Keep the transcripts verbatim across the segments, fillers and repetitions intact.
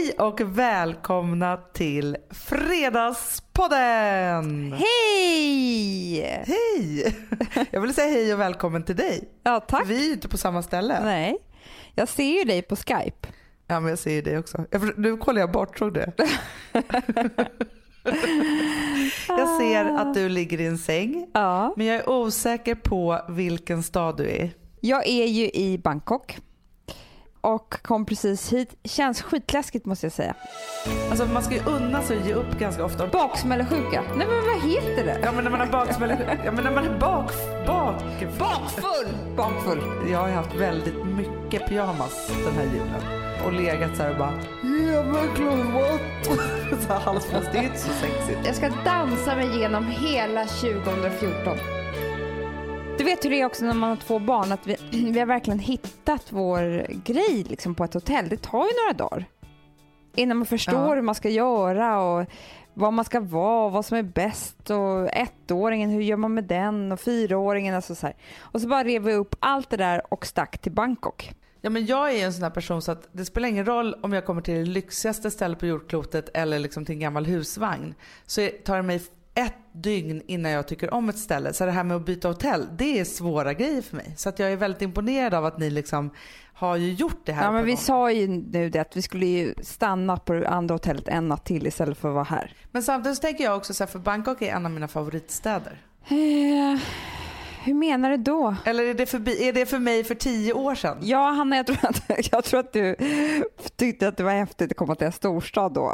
Hej och välkomna till Fredagspodden! Hej! Hej! Jag vill säga hej och välkommen till dig. Ja, tack. Vi är ju inte på samma ställe. Nej, jag ser ju dig på Skype. Ja, men jag ser ju dig också. Jag, nu kollar jag bort, tror det. Jag ser att du ligger i en säng. Ja. Men jag är osäker på vilken stad du är. Jag är ju i Bangkok. Och kom precis hit. Känns skitläskigt måste jag säga. Alltså man ska ju unna sig och ge upp ganska ofta. Baksmällesjuka. Nej men vad heter det? Ja men när man har baksmällesjuka. Ja men när man är bak... bak... Bakfull! Bakfull. Jag har haft väldigt mycket pyjamas den här julen. Och legat så här och bara... Ja men klart. Så här halsfast. Det är inte så sexigt. Jag ska dansa mig igenom hela tjugo fjorton. Du vet hur det är också när man har två barn, att vi, vi har verkligen hittat vår grej liksom på ett hotell. Det tar ju några dagar innan man förstår ja. hur man ska göra och vad man ska vara och vad som är bäst. Och ettåringen, hur gör man med den? Och fyraåringen, alltså så här. Och så bara rev vi upp allt det där och stack till Bangkok. Ja, men jag är en sån här person så att det spelar ingen roll om jag kommer till det lyxigaste stället på jordklotet eller liksom till en gammal husvagn. Så tar det mig ett dygn innan jag tycker om ett ställe. Så det här med att byta hotell, det är svåra grejer för mig. Så att jag är väldigt imponerad av att ni liksom har ju gjort det här. Ja, men vi sa ju nu det att vi skulle ju stanna på det andra hotellet en natt till istället för att vara här. Men samtidigt så tänker jag också så här, för Bangkok är en av mina favoritstäder. Eh, hur menar du då? Eller är det, förbi, är det för mig för tio år sedan? Ja, Hanna, jag tror att, jag tror att du tyckte att det var häftigt att komma till en storstad då.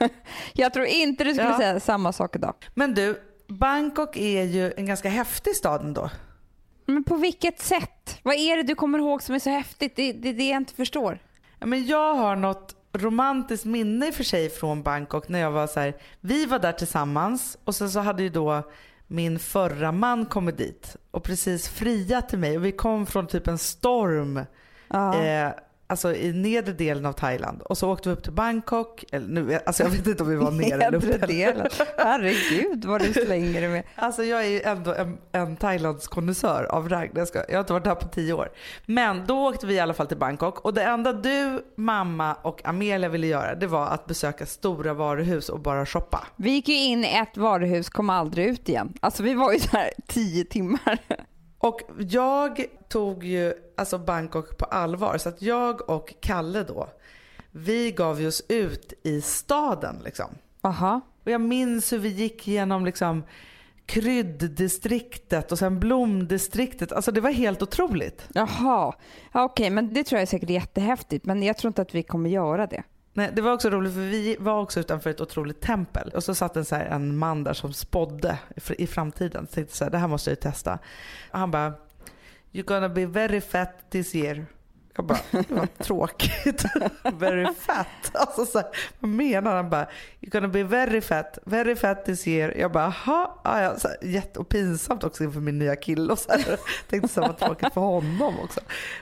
Jag tror inte du skulle ja. säga samma sak idag. Men du, Bangkok är ju en ganska häftig stad ändå. Men på vilket sätt? Vad är det du kommer ihåg som är så häftigt? Det är det, det jag inte förstår. Ja, men jag har något romantiskt minne i för sig från Bangkok när jag var så här, vi var där tillsammans och sen så hade ju då min förra man kommit dit och precis friat till mig och vi kom från typ en storm ja. eh, alltså i nedre delen av Thailand och så åkte vi upp till Bangkok eller nu, alltså jag vet inte om vi var nere eller uppe. Delen. Herregud vad du slänger det med. Alltså jag är ju ändå en, en Thailands konnässör av rang. Jag, ska, jag har inte varit där på tio år. Men då åkte vi i alla fall till Bangkok och det enda du, mamma och Amelia ville göra det var att besöka stora varuhus och bara shoppa. Vi gick ju in i ett varuhus, kom aldrig ut igen. Alltså vi var ju där tio timmar. Och jag tog ju alltså Bangkok på allvar så att jag och Kalle då vi gav oss ut i staden liksom. Aha. Och jag minns hur vi gick genom liksom krydddistriktet och sen blomdistriktet. Alltså det var helt otroligt. Jaha, ja, okej, men det tror jag är säkert jättehäftigt, men jag tror inte att vi kommer göra det. Nej, det var också roligt för vi var också utanför ett otroligt tempel och så satt en, så här, en man där som spådde i framtiden. Så tänkte så här, det här måste jag ju testa. Och han bara, you're gonna be very fat this year. Jag bara, vad tråkigt. Very fat. Alltså så här, vad menar han? Bara, you're gonna be very fat, very fat this year. Jag bara, ha, ja, så här, jätte och pinsamt också inför min nya kille. Och så här, tänkte så här, vad tråkigt för honom också.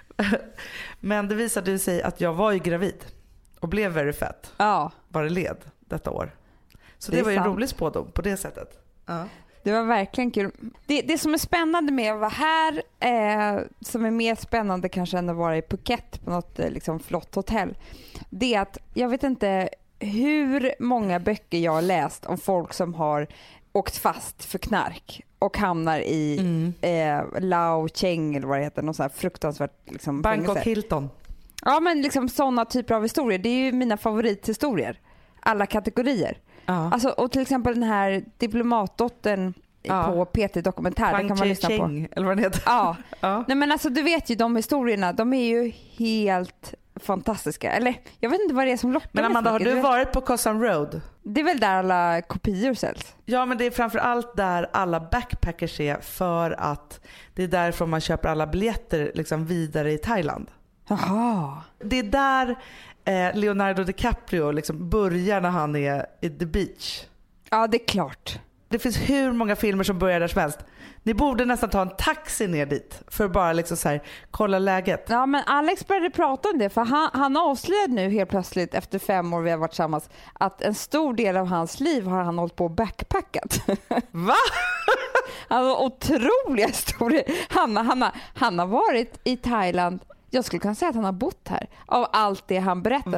Men det visade sig att jag var ju gravid. Och blev very fat. Ja. Bara led detta år. Så det, det var ju en sant. rolig spådom på det sättet. Ja. Det var verkligen kul. Det, det som är spännande med att vara här, eh, som är mer spännande kanske än att vara i Phuket på något eh, liksom, flott hotell, det är att jag vet inte hur många böcker jag har läst om folk som har åkt fast för knark och hamnar i mm. eh, Lao Cheng eller vad det heter, någon sån här fruktansvärt liksom, Bangkok fängelse. Hilton. Ja, men liksom sådana typer av historier. Det är ju mina favorithistorier. Alla kategorier. Ja. Alltså, och till exempel den här diplomatdottern ja. på P T Dokumentär. Den kan man lyssna på. Eller vad det heter. Ja. ja. Nej, men alltså du vet ju de historierna. De är ju helt fantastiska. Eller jag vet inte vad det är som lockar. Men Amanda, har du vet... varit på Koh Sam Road? Det är väl där alla kopior säljs? Ja, men det är framförallt där alla backpackers är för att det är därifrån man köper alla biljetter liksom vidare i Thailand. Jaha. Det är där eh, Leonardo DiCaprio liksom börjar när han är i The Beach. Ja, det är klart. Det finns hur många filmer som börjar där som helst. Ni borde nästan ta en taxi ner dit för att bara liksom så här, kolla läget. Ja, men Alex började prata om det för han, han avslöjade nu helt plötsligt efter fem år vi har varit tillsammans att en stor del av hans liv har han hållit på och backpackat. Va? Han har otroliga historier. Han, han, han har varit i Thailand. Jag skulle kunna säga att han har bott här av allt det han berättade. Va?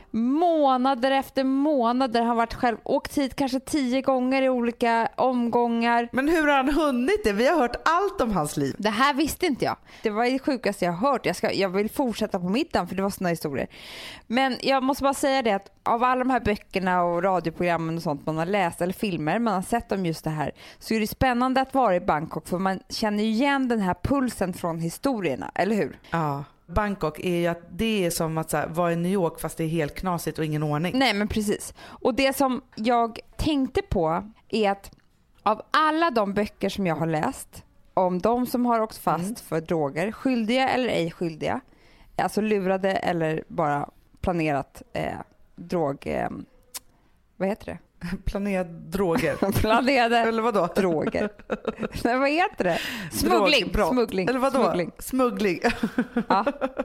månader efter månader. Han har varit själv, åkt hit kanske tio gånger i olika omgångar. Men hur har han hunnit det? Vi har hört allt om hans liv. Det här visste inte jag. Det var det sjukaste jag har hört. Jag, ska, jag vill fortsätta på middagen för det var såna historier. Men jag måste bara säga det att av alla de här böckerna och radioprogrammen och sånt man har läst eller filmer man har sett om just det här, så är det spännande att vara i Bangkok för man känner igen den här pulsen från historierna, eller hur? Ja. Bangkok är ju att det är som att så här, vara i New York fast det är helt knasigt och ingen ordning. Nej, men precis. Och det som jag tänkte på är att av alla de böcker som jag har läst om de som har åkt fast mm. för droger, skyldiga eller ej skyldiga, alltså lurade eller bara planerat eh, drog... Eh, vad heter det? Planerade droger. Planerade eller vadå? Droger. Nej, vad heter det? Smuggling. Drog, Smuggling. Eller vadå? Smuggling. Smuggling. Ja.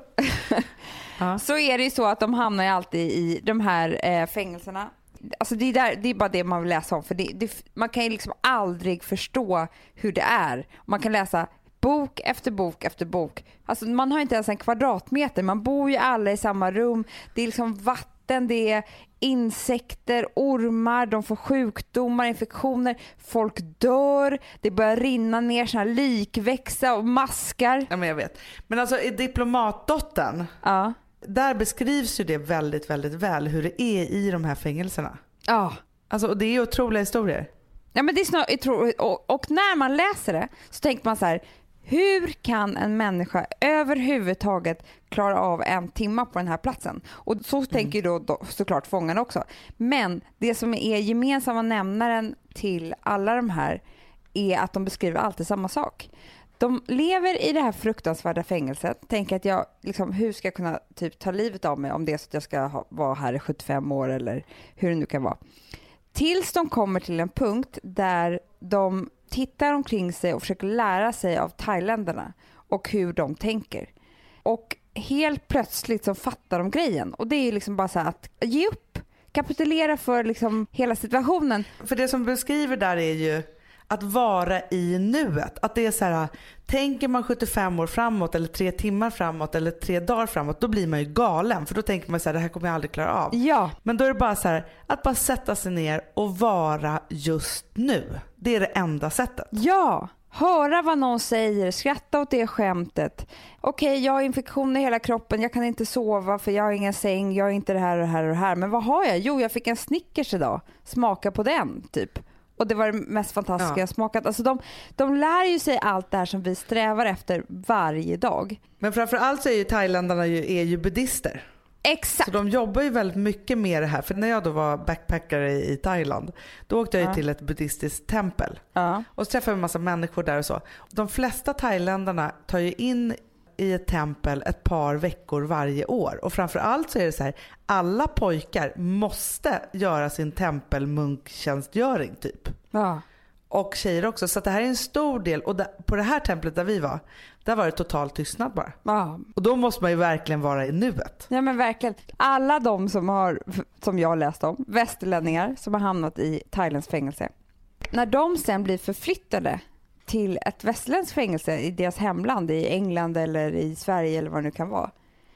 Ja. Så är det ju så att de hamnar alltid i de här eh, fängelserna. Alltså det är, där, det är bara det man vill läsa om. För det, det, man kan ju liksom aldrig förstå hur det är. Man kan läsa bok efter bok efter bok. Alltså man har inte ens en kvadratmeter. Man bor ju alla i samma rum. Det är liksom vatten, det är insekter, ormar, de får sjukdomar, infektioner, folk dör, det börjar rinna ner såna här likväxa och maskar. Ja, men jag vet. Men alltså i Diplomatdottern, ja. Där beskrivs ju det väldigt, väldigt väl hur det är i de här fängelserna. Ja. Alltså, och det är otroliga historier. Ja, men det är snart, och, och när man läser det så tänker man så här, hur kan en människa överhuvudtaget klara av en timma på den här platsen? Och så mm. tänker då, då såklart fångarna också. Men det som är gemensamma nämnaren till alla de här är att de beskriver alltid samma sak. De lever i det här fruktansvärda fängelset. Tänker att jag, liksom, hur ska jag kunna typ ta livet av mig om det är så att jag ska ha, vara här i sjuttiofem år eller hur det nu kan vara. Tills de kommer till en punkt där de tittar omkring sig och försöker lära sig av thailändarna och hur de tänker. Och helt plötsligt så fattar de grejen. Och det är liksom bara så här att ge upp, kapitulera för liksom hela situationen. För det som beskriver där är ju att vara i nuet. Att det är så här, tänker man sjuttiofem år framåt eller tre timmar framåt eller tre dagar framåt, då blir man ju galen. För då tänker man så här, det här kommer jag aldrig klara av. Ja. Men då är det bara så här, att bara sätta sig ner och vara just nu. Det är det enda sättet. Ja, höra vad någon säger, skratta åt det skämtet. Okej, okay, jag har infektion i hela kroppen, jag kan inte sova för jag har ingen säng, jag är inte det här och det här och det här. Men vad har jag? Jo, jag fick en Snickers idag. Smaka på den, typ. Och det var det mest fantastiska jag smakat. Alltså de, de lär ju sig allt det här som vi strävar efter varje dag. Men framförallt så är ju thailändarna ju, är ju buddhister. Exakt. Så de jobbar ju väldigt mycket med det här. För när jag då var backpackare i Thailand, då åkte jag ju ja. till ett buddhistiskt tempel. Ja. Och så träffade jag en massa människor där och så. De flesta thailändarna tar ju in i ett tempel ett par veckor varje år. Och framförallt så är det så här, alla pojkar måste göra sin tempelmunktjänstgöring typ. Ja. Och tjejer också. Så att det här är en stor del. Och där, på det här templet där vi var, där var det total tystnad bara. Ja. Och då måste man ju verkligen vara i nuet. Ja, men verkligen. Alla de som har, som jag har läst om, västerlänningar som har hamnat i Thailands fängelse. När de sen blir förflyttade till ett västerländskt fängelse i deras hemland, i England eller i Sverige eller vad det nu kan vara,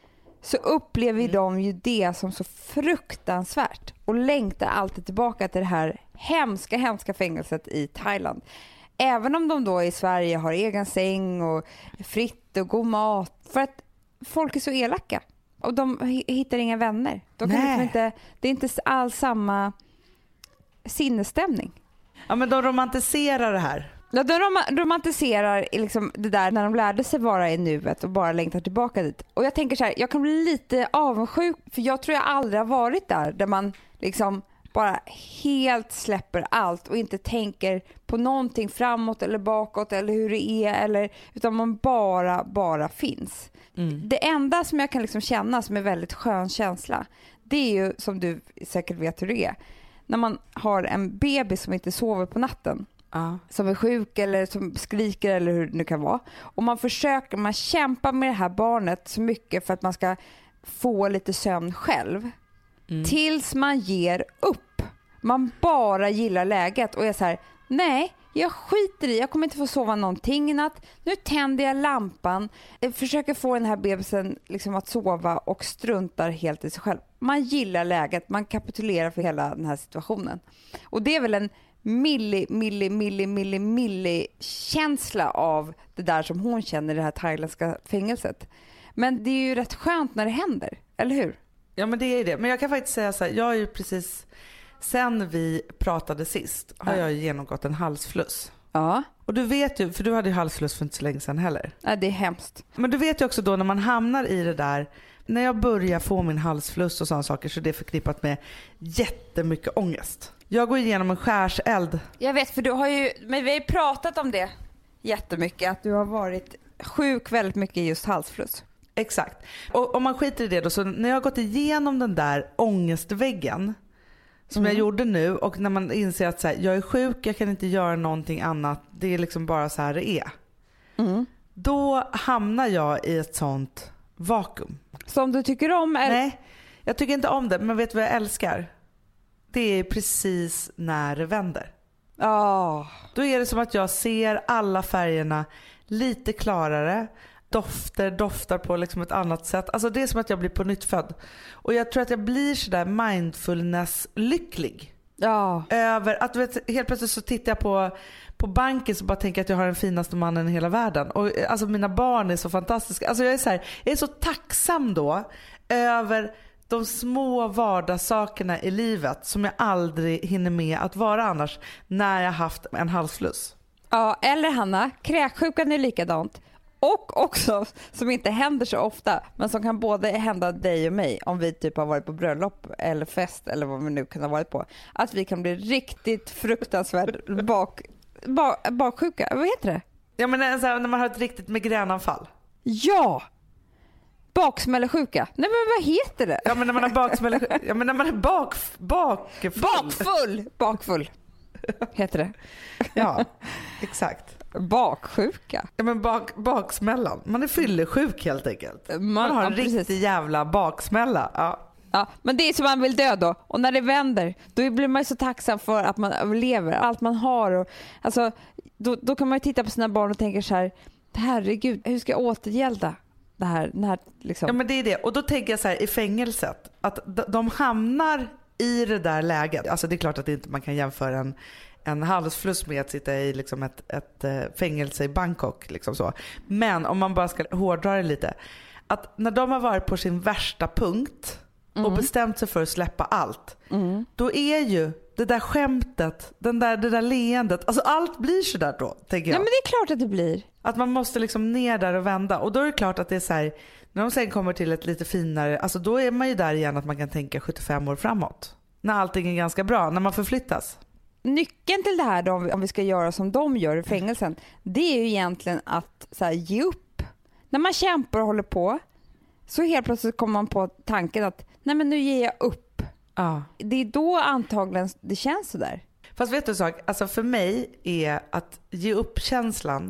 så upplever mm. de ju det som så fruktansvärt och längtar alltid tillbaka till det här hemska, hemska fängelset i Thailand. Även om de då i Sverige har egen säng och fritt och god mat, för att folk är så elaka och de hittar inga vänner. De kan liksom inte, det är inte alls samma sinnesstämning. Ja, men de romantiserar det här. Ja, de rom- romantiserar liksom det där när de lärde sig vara i nuet och bara längtar tillbaka dit. Och jag tänker så här, jag kan bli lite avundsjuk för jag tror jag aldrig har varit där där man liksom bara helt släpper allt och inte tänker på någonting framåt eller bakåt eller hur det är, eller, utan man bara, bara finns. Mm. Det enda som jag kan liksom känna som är väldigt skön känsla, det är ju, som du säkert vet hur det är, när man har en bebis som inte sover på natten. Uh. Som är sjuk eller som skriker eller hur det nu kan vara. Och man försöker, man kämpar med det här barnet så mycket för att man ska få lite sömn själv. Mm. Tills man ger upp. Man bara gillar läget och är så här: nej, jag skiter i, jag kommer inte få sova någonting i natt. Nu tänder jag lampan, jag försöker få den här bebisen liksom att sova och struntar helt i sig själv. man gillar läget, man kapitulerar för hela den här situationen. Och det är väl en milli, milli, milli, milli, milli känsla av det där som hon känner i det här thailändska fängelset. Men det är ju rätt skönt när det händer, eller hur? Ja, men det är det. Men jag kan faktiskt säga så här, jag har ju precis, sen vi pratade sist, har ja. jag genomgått en halsfluss. Ja. Och du vet ju, för du hade ju halsfluss för inte så länge sedan heller. Ja, det är hemskt. Men du vet ju också då när man hamnar i det där, när jag börjar få min halsfluss och sådana saker, så det är förknippat med jättemycket ångest. Jag går igenom en skärseld. Jag vet, för du har ju, men vi har ju pratat om det jättemycket, att du har varit sjuk väldigt mycket i just halsfluss. Exakt. Och om man skiter i det då, så när jag har gått igenom den där ångestväggen som mm. jag gjorde nu, och när man inser att så här, jag är sjuk, jag kan inte göra någonting annat, det är liksom bara så här det är. Mm. Då hamnar jag i ett sånt vakuum. Som du tycker om? Eller? Nej, jag tycker inte om det, men vet du vad jag älskar? Det är precis när det vänder. Oh. Då är det som att jag ser alla färgerna lite klarare. Dofter, doftar på liksom ett annat sätt. Alltså det är som att jag blir på nytt född. Och jag tror att jag blir sådär mindfulness-lycklig. Ja. Över att, du vet, helt plötsligt så tittar jag på, på banken så bara tänker jag att jag har den finaste mannen i hela världen. Och alltså mina barn är så fantastiska. Alltså jag är så här, jag är så tacksam då över de små vardagssakerna i livet som jag aldrig hinner med att vara annars när jag haft en halsfluss. Ja, eller Hanna, kräksjukan är likadant. Och också, som inte händer så ofta, men som kan både hända dig och mig om vi typ har varit på bröllop eller fest eller vad vi nu kan ha varit på. Att vi kan bli riktigt fruktansvärt bak, bak, baksjuka. Vad heter det? Ja, men alltså, när man har ett riktigt migränanfall. Ja! Baksmällesjuka. Nej, men vad heter det? Ja, men när man har baksmällesjuka. Ja, men när man är bak, bakfull. Bakfull! Bakfull heter det. Ja, exakt. Baksjuka. Ja, men bak, baksmällan. Man är fyllesjuk helt enkelt. Man, man har en ja, riktig precis. jävla baksmälla. Ja. Ja, men det är som man vill dö då. Och när det vänder, då blir man så tacksam för att man överlever. Allt man har. Och, alltså, då, då kan man ju titta på sina barn och tänka så här, herregud, hur ska jag återgälda det här? Den här liksom. Ja, men det är det. Och då tänker jag så här, i fängelset, att de hamnar i det där läget. Alltså det är klart att det inte man kan jämföra en en halsfluss med att sitta i liksom ett, ett fängelse i Bangkok. Liksom så. Men om man bara ska hårdra det lite. Att när de har varit på sin värsta punkt mm. och bestämt sig för att släppa allt. Mm. Då är ju det där skämtet, den där, det där leendet. Alltså allt blir så där då, tänker jag. Ja, men det är klart att det blir. Att man måste liksom ner där och vända. Och då är det klart att det är så här, när de sen kommer till ett lite finare. Alltså då är man ju där igen att man kan tänka sjuttiofem år framåt. När allting är ganska bra, när man förflyttas. Nyckeln till det här då, om vi ska göra som de gör i fängelsen, det är ju egentligen att så här, ge upp. När man kämpar och håller på, så helt plötsligt kommer man på tanken att nej, men nu ger jag upp. Ja. Det är då antagligen det känns så där. Fast vet du en sak, alltså för mig är att ge upp känslan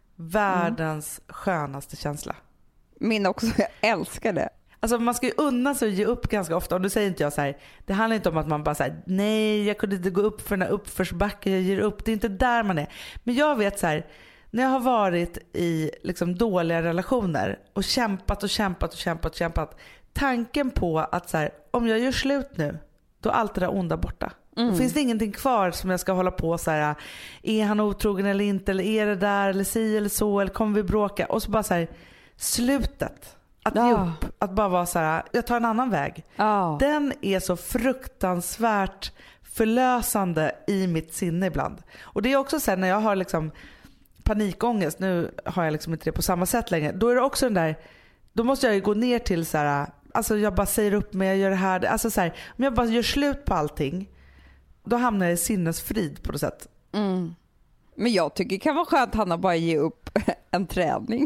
världens mm. skönaste känsla. Min också, jag älskar det. Alltså man ska ju unna sig att ge upp ganska ofta. Och då säger inte jag så här, det handlar inte om att man bara säger nej, jag kunde inte gå upp för den här uppförsbacken, jag ger upp. Det är inte där man är. Men jag vet så här, när jag har varit i liksom dåliga relationer och kämpat och kämpat och kämpat och kämpat. Tanken på att så här, om jag gör slut nu, då är allt det där onda borta. Mm. Då finns det ingenting kvar som jag ska hålla på så här, är han otrogen eller inte, eller är det där, eller si eller så, eller kommer vi bråka? Och så bara så här, slutet. Att ge ja. upp, att bara vara så här, jag tar en annan väg. Ja. Den är så fruktansvärt förlösande i mitt sinne ibland. Och det är också så här, när jag har liksom panikångest, nu har jag liksom inte det på samma sätt längre. Då är det också den där, då måste jag ju gå ner till så här, alltså jag bara säger upp mig, jag gör det här. Alltså så här, om jag bara gör slut på allting, då hamnar jag i sinnesfrid på något sätt. Mm. Men jag tycker det kan vara skönt, Hanna, bara ge upp en träning.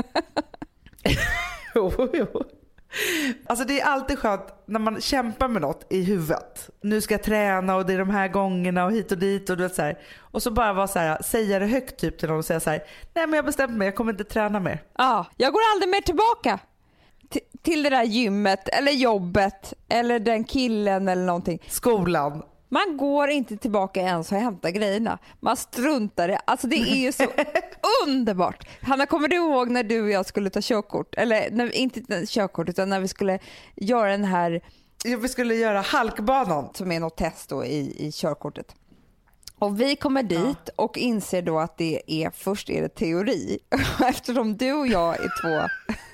Jo, jo. Alltså det är alltid skönt när man kämpar med något i huvudet. Nu ska jag träna och det är de här gångerna och hit och dit och du vet så här. Och så bara vara så här, säga det högt typ till någon och säga så här, nej men jag har bestämt mig, jag kommer inte träna mer. Ja, jag går aldrig mer tillbaka T- till det där gymmet eller jobbet eller den killen eller någonting. Skolan. Man går inte tillbaka ens och hämtar grejerna. Man struntar det. Alltså det är ju så underbart. Hanna, kommer du ihåg när du och jag skulle ta körkort? Eller när, inte körkort utan när vi skulle göra den här Ja, vi skulle göra halkbanan. Som är något test då i, i körkortet. Och vi kommer dit ja. och inser då att det är först är det teori. Eftersom du och jag är två.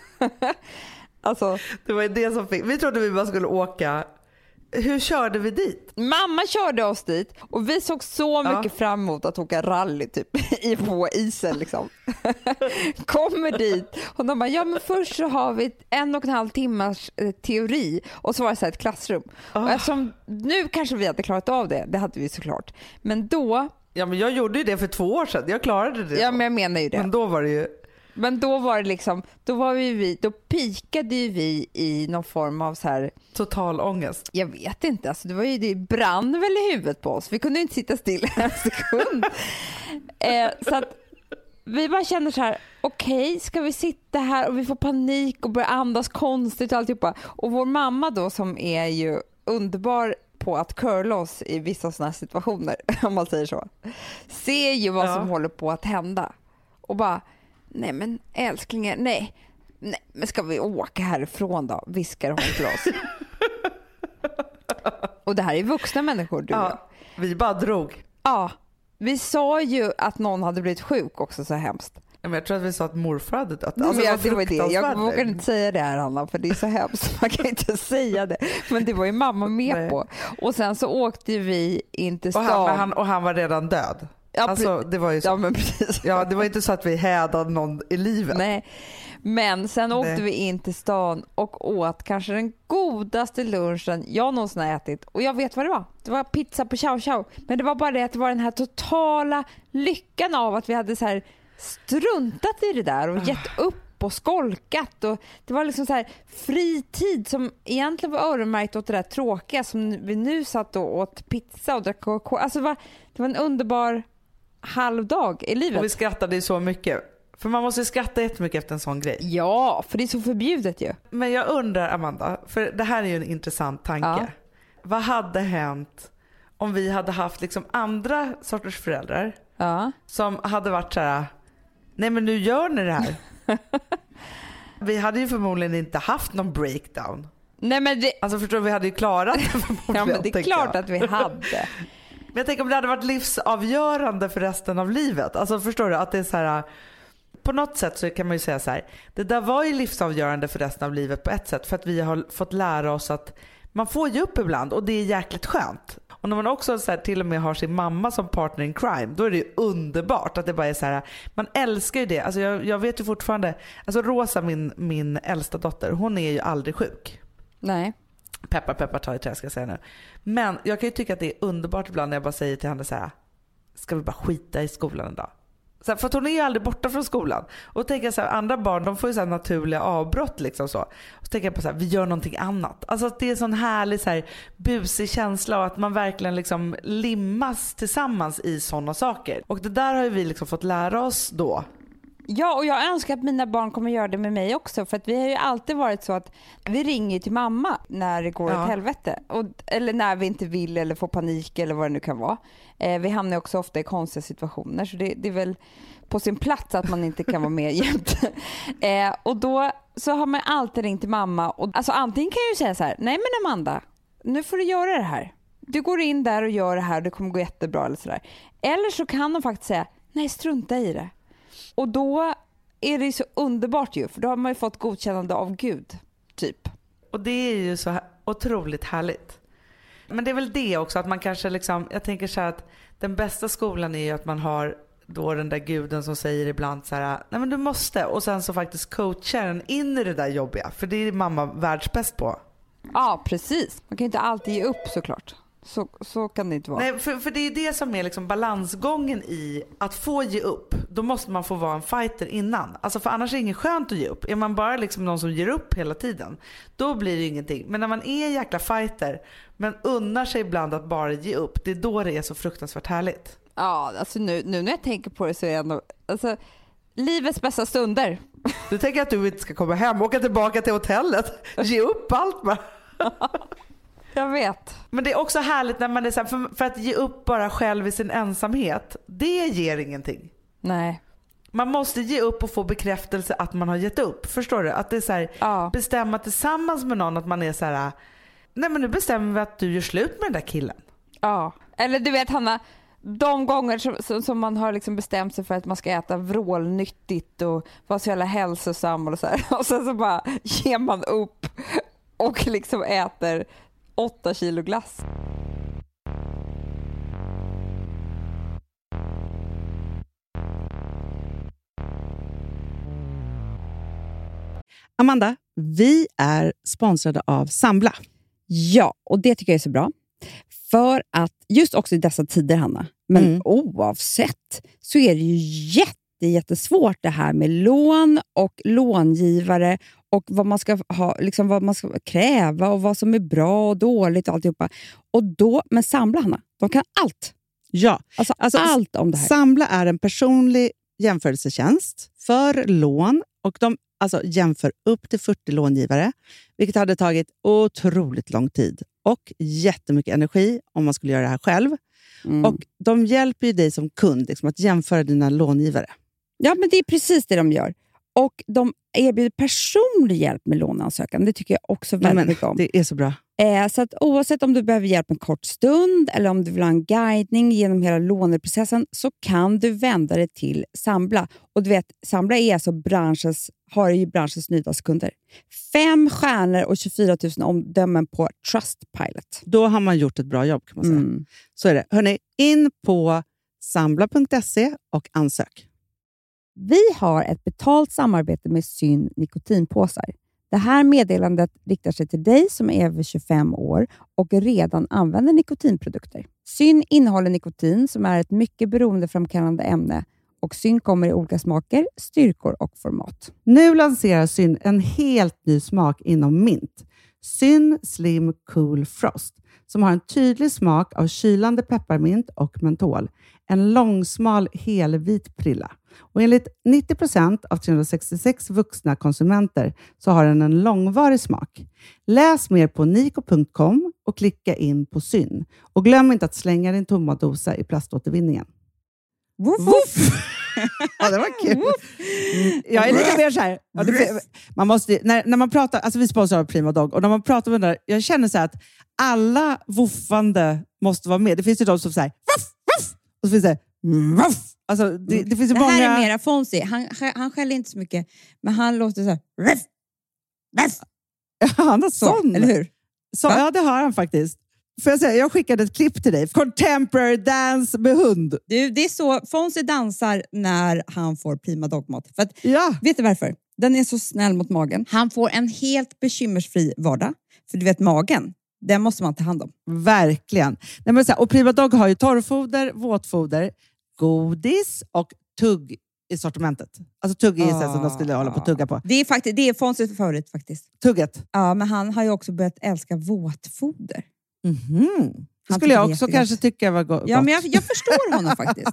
Alltså, det var det som fick. Vi trodde vi bara skulle åka. Hur körde vi dit? Mamma körde oss dit och vi såg så mycket ja. fram emot att åka rally typ i på isen liksom. Kommer dit och de bara, ja men först så har vi en och en halv timmars eh, teori och så var det så här ett klassrum. Oh. Och eftersom nu kanske vi hade klarat av det, det hade vi såklart. Men då... Ja men jag gjorde ju det för två år sedan, jag klarade det. Ja men jag menar ju det. Men då var det ju... Men då var det liksom, då var vi, då pikade ju vi i någon form av så här... Total ångest. Jag vet inte, alltså det var ju, det brann väl i huvudet på oss. Vi kunde ju inte sitta still en sekund. eh, så att vi bara kände så här, okej, okay, ska vi sitta här och vi får panik och börja andas konstigt och alltihopa. Och vår mamma då som är ju underbar på att curla oss i vissa sådana här situationer, om man säger så. Ser ju vad ja. som håller på att hända. Och bara... Nej men älsklingen, nej. Nej, men ska vi åka härifrån då? Viskar hon till oss. Och det här är vuxna människor, du ja, vi bara drog. Ja, vi sa ju att någon hade blivit sjuk också, så hemskt. Men jag tror att vi sa att morfar hade dött. Alltså, men jag, det var det. Jag vågar inte säga det här, Anna, för det är så hemskt. Man kan inte säga det. Men det var ju mamma med Nej. på. Och sen så åkte vi in till stan. Och han, han, och han var redan död. Ja, alltså, det var ju så. Ja, men precis. Ja, det var inte så att vi hädade någon i livet. Nej, men sen åkte Nej. vi in till stan och åt kanske den godaste lunchen jag någonsin har ätit. Och jag vet vad det var. Det var pizza på Chow Chow. Men det var bara det att det var den här totala lyckan av att vi hade så här struntat i det där och gett upp och skolkat. Och det var liksom så här fri tid som egentligen var öronmärkt åt det där tråkiga som vi nu satt och åt pizza och drack Coca-Cola. Alltså det var, det var en underbar halvdag i livet. Och vi skrattade ju så mycket. För man måste skratta jättemycket efter en sån grej. Ja, för det är så förbjudet ju. Men jag undrar, Amanda, för det här är ju en intressant tanke. Ja. Vad hade hänt om vi hade haft liksom andra sorters föräldrar ja. som hade varit så här: nej men nu gör ni det här. Vi hade ju förmodligen inte haft någon breakdown. Nej men det... Alltså förstår du, vi hade ju klarat det förmodligen. Ja men det är klart att vi hade. Men jag tänker om det hade varit livsavgörande för resten av livet. Alltså förstår du att det är så här, på något sätt så kan man ju säga så här, det där var ju livsavgörande för resten av livet på ett sätt, för att vi har fått lära oss att man får ge upp ibland och det är jäkligt skönt. Och när man också så här, till och med har sin mamma som partner in crime, då är det ju underbart att det bara är så här, man älskar ju det. Alltså jag, jag vet ju fortfarande, alltså Rosa, min, min äldsta dotter, hon är ju aldrig sjuk. Nej. Peppar, peppar, ta i trä ska jag säga nu. Men jag kan ju tycka att det är underbart ibland när jag bara säger till henne så här: ska vi bara skita i skolan en dag? Så här, för att hon är ju aldrig borta från skolan. Och då tänker jag så här, andra barn de får ju så här naturliga avbrott liksom så. Och så tänker jag på så här, vi gör någonting annat. Alltså att det är en sån härlig så här busig känsla och att man verkligen liksom limmas tillsammans i såna saker. Och det där har ju vi liksom fått lära oss då. Ja, och jag önskar att mina barn kommer göra det med mig också. För att vi har ju alltid varit så att vi ringer till mamma när det går ja. åt helvete. Och, eller när vi inte vill eller får panik eller vad det nu kan vara. Eh, vi hamnar också ofta i konstiga situationer. Så det, det är väl på sin plats att man inte kan vara med jämt. eh, och då så har man alltid ringt till mamma. Och, alltså antingen kan jag ju säga så här: nej men Amanda, nu får du göra det här. Du går in där och gör det här, det kommer gå jättebra eller sådär. Eller så kan de faktiskt säga: nej, strunta i det. Och då är det så underbart ju, för då har man ju fått godkännande av Gud, typ. Och det är ju så otroligt härligt. Men det är väl det också, att man kanske liksom, jag tänker så här att den bästa skolan är ju att man har då den där guden som säger ibland så här: nej men du måste, och sen så faktiskt coachar den in i det där jobbiga, för det är mamma världsbäst på. Ja, precis. Man kan inte alltid ge upp såklart. Så, så kan det inte vara. Nej, för, för det är det som är liksom balansgången i att få ge upp. Då måste man få vara en fighter innan. Alltså för annars är det inget skönt att ge upp. Är man bara liksom någon som ger upp hela tiden, då blir det ingenting. Men när man är en jäkla fighter men unnar sig ibland att bara ge upp, det är då det är så fruktansvärt härligt. Ja, alltså nu, nu när jag tänker på det så är det ändå, alltså, livets bästa stunder. Du tänker att du inte ska komma hem, åka tillbaka till hotellet, ge upp allt bara. Jag vet. Men det är också härligt när man är så här, för, för att ge upp bara själv i sin ensamhet, det ger ingenting. Nej. Man måste ge upp och få bekräftelse att man har gett upp. Förstår du? Att det är så här, ja. bestämma tillsammans med någon att man är så här: nej men nu bestämmer vi att du gör slut med den där killen. Ja, eller du vet Hanna, de gånger som, som, som man har liksom bestämt sig för att man ska äta vrålnyttigt och vara så jävla hälsosam och så här. Och sen så bara ger man upp och liksom äter åtta kilo glass. Amanda, vi är sponsrade av Sambla. Ja, och det tycker jag är så bra. För att just också i dessa tider, Hanna, men mm. oavsett så är det ju jätte, jättesvårt det här med lån och långivare och vad man ska ha, liksom vad man ska kräva och vad som är bra och dåligt och alltihopa. Och då, men Sambla, Hanna, de kan allt. Ja, alltså, alltså allt om det här. Sambla är en personlig jämförelsetjänst för lån och de alltså jämför upp till fyrtio långivare, vilket hade tagit otroligt lång tid och jättemycket energi om man skulle göra det här själv. Mm. Och de hjälper ju dig som kund liksom, att jämföra dina långivare. Ja, men det är precis det de gör. Och de erbjuder personlig hjälp med låneansökan. Det tycker jag också väldigt mycket om. Det är så bra. Eh, så att oavsett om du behöver hjälp en kort stund eller om du vill ha en guidning genom hela låneprocessen så kan du vända dig till Sambla. Och du vet, Sambla är alltså branschens, har ju branschens nyaste kunder. Fem stjärnor och tjugofyra tusen omdömen på Trustpilot. Då har man gjort ett bra jobb kan man säga. Mm. Så är det. Hörrni, in på sambla punkt se och ansök. Vi har ett betalt samarbete med Syn nikotinpåsar. Det här meddelandet riktar sig till dig som är över tjugofem år och redan använder nikotinprodukter. Syn innehåller nikotin som är ett mycket beroendeframkallande ämne och Syn kommer i olika smaker, styrkor och format. Nu lanserar Syn en helt ny smak inom mint. Syn Slim Cool Frost som har en tydlig smak av kylande pepparmint och mentol. En långsmal helvit prilla. Och enligt nittio procent av trehundrasextiosex vuxna konsumenter så har den en långvarig smak. Läs mer på niko punkt com och klicka in på Syn. Och glöm inte att slänga din tomma dosa i plaståtervinningen. Woof, woof. Ja, det var kul. Mm, jag är lite mer så här. Ja, det, man måste, när, när man pratar, alltså vi sponsrar av Prima Dog och när man pratar med den där, jag känner så här att alla woofande måste vara med. Det finns ju de som säger woof, woof, och så finns det woof. Alltså, det, det finns ju det många... här är mera Fonzie. Han, han skäller inte så mycket, men han låter så här. Ruff, ruff. Han har sån. Eller hur? Så, ja, det har han faktiskt. Får jag säga, jag skickade ett klipp till dig. Contemporary dance med hund. Du, det är så Fonzie dansar när han får Prima Dog-mat. För att, ja. Vet du varför? Den är så snäll mot magen. Han får en helt bekymmersfri vardag. För du vet, magen, den måste man ta hand om. Verkligen. Nej, men så här, och Prima Dog har ju torrfoder, våtfoder, godis och tugg i sortimentet. Alltså tugg är oh. som de skulle hålla på att tugga på. Det är faktiskt, det är Fonzies favorit faktiskt. Tugget. Ja, men han har ju också börjat älska våtfoder. Mhm. Det skulle jag också kanske tycka var go- ja, gott. men jag, jag förstår honom faktiskt.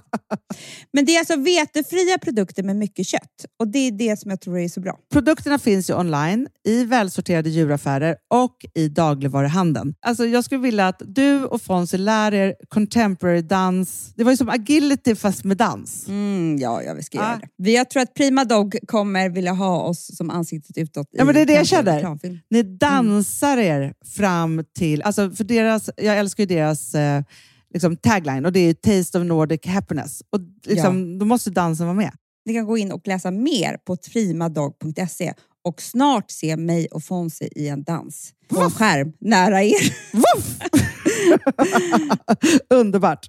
Men det är alltså vetefria produkter med mycket kött. Och det är det som jag tror är så bra. Produkterna finns ju online, i välsorterade djuraffärer och i dagligvaruhandeln. Alltså jag skulle vilja att du och Fonzie lär er contemporary dans. Det var ju som agility fast med dans. Mm, ja, ja, vi ska ah. göra det. Jag tror att Prima Dog kommer vilja ha oss som ansiktet utåt. Ja, men det är det jag känner. Ni dansar mm. er fram till... Alltså för deras... Jag älskar ju deras... Eh, liksom tagline och det är Taste of Nordic Happiness och liksom, ja. Då måste dansen vara med. Ni kan gå in och läsa mer på primadog punkt se och snart se mig och Fonzie i en dans på en skärm nära er. Underbart.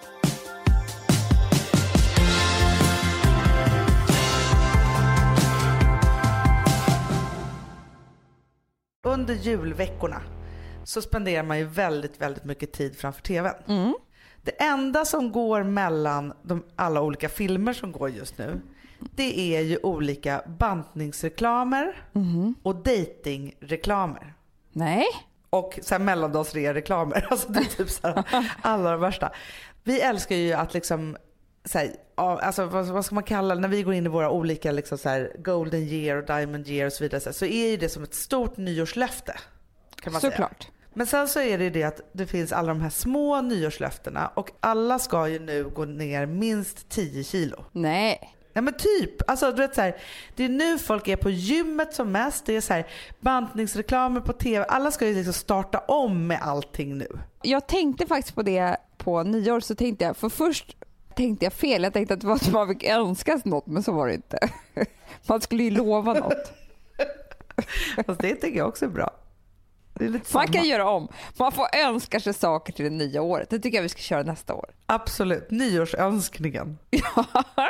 Under julveckorna så spenderar man ju väldigt, väldigt mycket tid framför tvn. Mm. Det enda som går mellan de alla olika filmer som går just nu, det är ju olika bantningsreklamer mm. och datingreklamer. Nej. Och så här mellandagsreklamer. Alltså det är typ så här, alla de värsta. Vi älskar ju att liksom så här, alltså vad, vad ska man kalla det? När vi går in i våra olika liksom så här, golden year och diamond year och så vidare, så, här, så är ju det som ett stort nyårslöfte. Kan man Såklart. Säga. Men sen så är det ju det att det finns alla de här små nyårslöftena och alla ska ju nu gå ner minst tio kilo. Nej. Ja men typ, alltså du vet så här, det är nu folk är på gymmet som mest, det är så här bantningsreklamer på tv, alla ska ju liksom starta om med allting nu. Jag tänkte faktiskt på det på nyår, så tänkte jag, för först tänkte jag fel, jag tänkte att det var att man fick önskas något, men så var det inte. Man skulle ju lova något. Fast det tycker jag också är bra. Det är lite man samma. kan göra om, man får önska sig saker till det nya året, det tycker jag vi ska köra nästa år. Absolut, nyårsönskningen. Ja.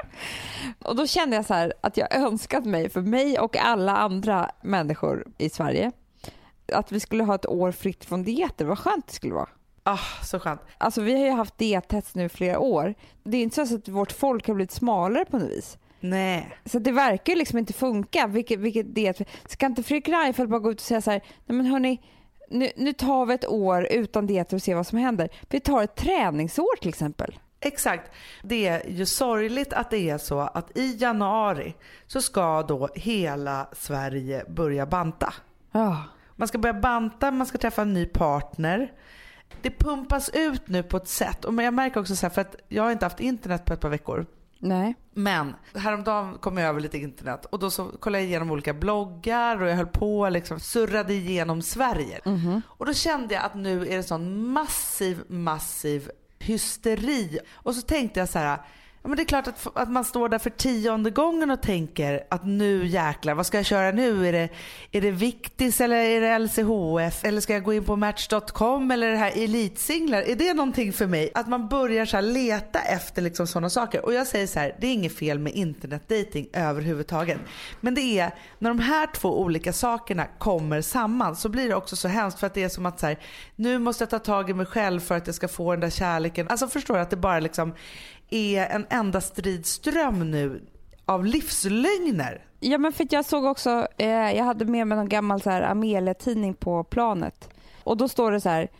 Och då kände jag så här att jag önskat mig för mig och alla andra människor i Sverige att vi skulle ha ett år fritt från dieter. Vad skönt det skulle vara. Ah, så skönt. Alltså vi har ju haft diettest nu i flera år. Det är inte så att vårt folk har blivit smalare på något vis. Nej. Så det verkar liksom inte funka. Vilket, vilket diet. Ska inte Fredrik Reinfeldt bara gå ut och säga så här, nej men hörni, nu, nu tar vi ett år utan dieter och ser vad som händer. Vi tar ett träningsår till exempel. Exakt. Det är ju sorgligt att det är så att i januari så ska då hela Sverige börja banta. Ja. Man ska börja banta, man ska träffa en ny partner. Det pumpas ut nu på ett sätt. Och jag märker också så här, för att jag har inte haft internet på ett par veckor. Nej. Men häromdagen kom jag över lite internet och då så kollade jag igenom olika bloggar och jag höll på liksom surrade igenom Sverige. Mm-hmm. Och då kände jag att nu är det sån massiv, massiv hysteri. Och så tänkte jag så här, ja men det är klart att, att man står där för tionde gången och tänker att nu jäklar, vad ska jag köra nu? Är det, är det Victis eller är det L C H F? Eller ska jag gå in på match dot com eller det här elitsinglar? Är det någonting för mig? Att man börjar så här leta efter liksom sådana saker. Och jag säger så här, det är inget fel med internetdating överhuvudtaget. Men det är, när de här två olika sakerna kommer samman så blir det också så hemskt, för att det är som att så här, nu måste jag ta tag i mig själv för att jag ska få den där kärleken. Alltså förstår jag att det bara liksom är en enda stridström nu av livslögner. Ja men för att jag såg också, eh, jag hade med mig någon gammal så här Amelia-tidning på planet. Och då står det så här,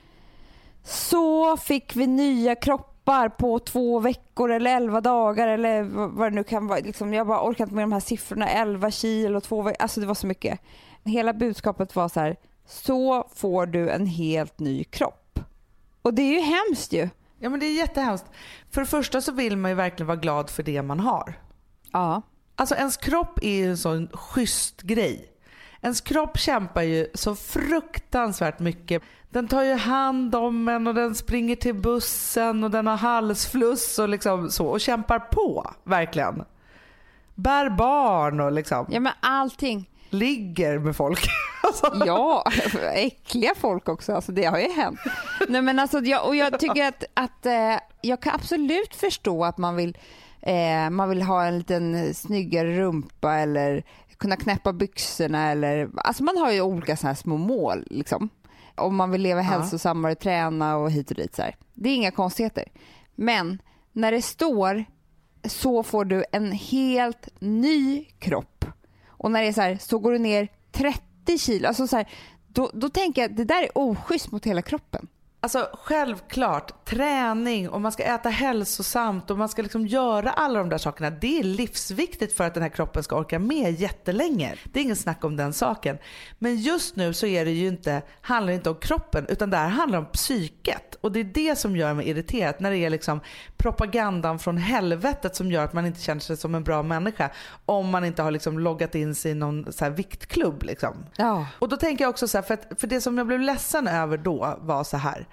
så fick vi nya kroppar på två veckor eller elva dagar eller vad det nu kan vara. Liksom, jag bara orkar inte med de här siffrorna, elva kilo, två veckor, alltså det var så mycket. Hela budskapet var så här, så får du en helt ny kropp. Och det är ju hemskt ju. Ja men det är jättehemskt. För det första så vill man ju verkligen vara glad för det man har. Ja. Alltså ens kropp är ju en sån schysst grej. Ens kropp kämpar ju så fruktansvärt mycket. Den tar ju hand om en och den springer till bussen och den har halsfluss och liksom så och kämpar på, verkligen. Bär barn och liksom. Ja men allting. Ligger med folk. Alltså. Ja, äckliga folk också. Alltså det har ju hänt. Nej, men alltså, jag, och jag tycker att, att eh, jag kan absolut förstå att man vill, eh, man vill ha en liten snyggare rumpa eller kunna knäppa byxorna. Eller, alltså man har ju olika så här små mål. Liksom. Om man vill leva ja. hälsosammare, träna och hit och dit. Så här. Det är inga konstigheter. Men när det står så får du en helt ny kropp. Och när det är så här, så går du ner trettio kilo. Alltså så här, då, då tänker jag att det där är oschysst mot hela kroppen. Alltså självklart, träning och man ska äta hälsosamt och man ska liksom göra alla de där sakerna. Det är livsviktigt för att den här kroppen ska orka med jättelänge. Det är ingen snack om den saken. Men just nu så är det ju inte, handlar det inte om kroppen utan det här handlar om psyket. Och det är det som gör mig irriterad när det är liksom propagandan från helvetet som gör att man inte känner sig som en bra människa om man inte har liksom loggat in sig i någon så här viktklubb. Liksom. Ja. Och då tänker jag också så här, för, att, för det som jag blev ledsen över då var så här.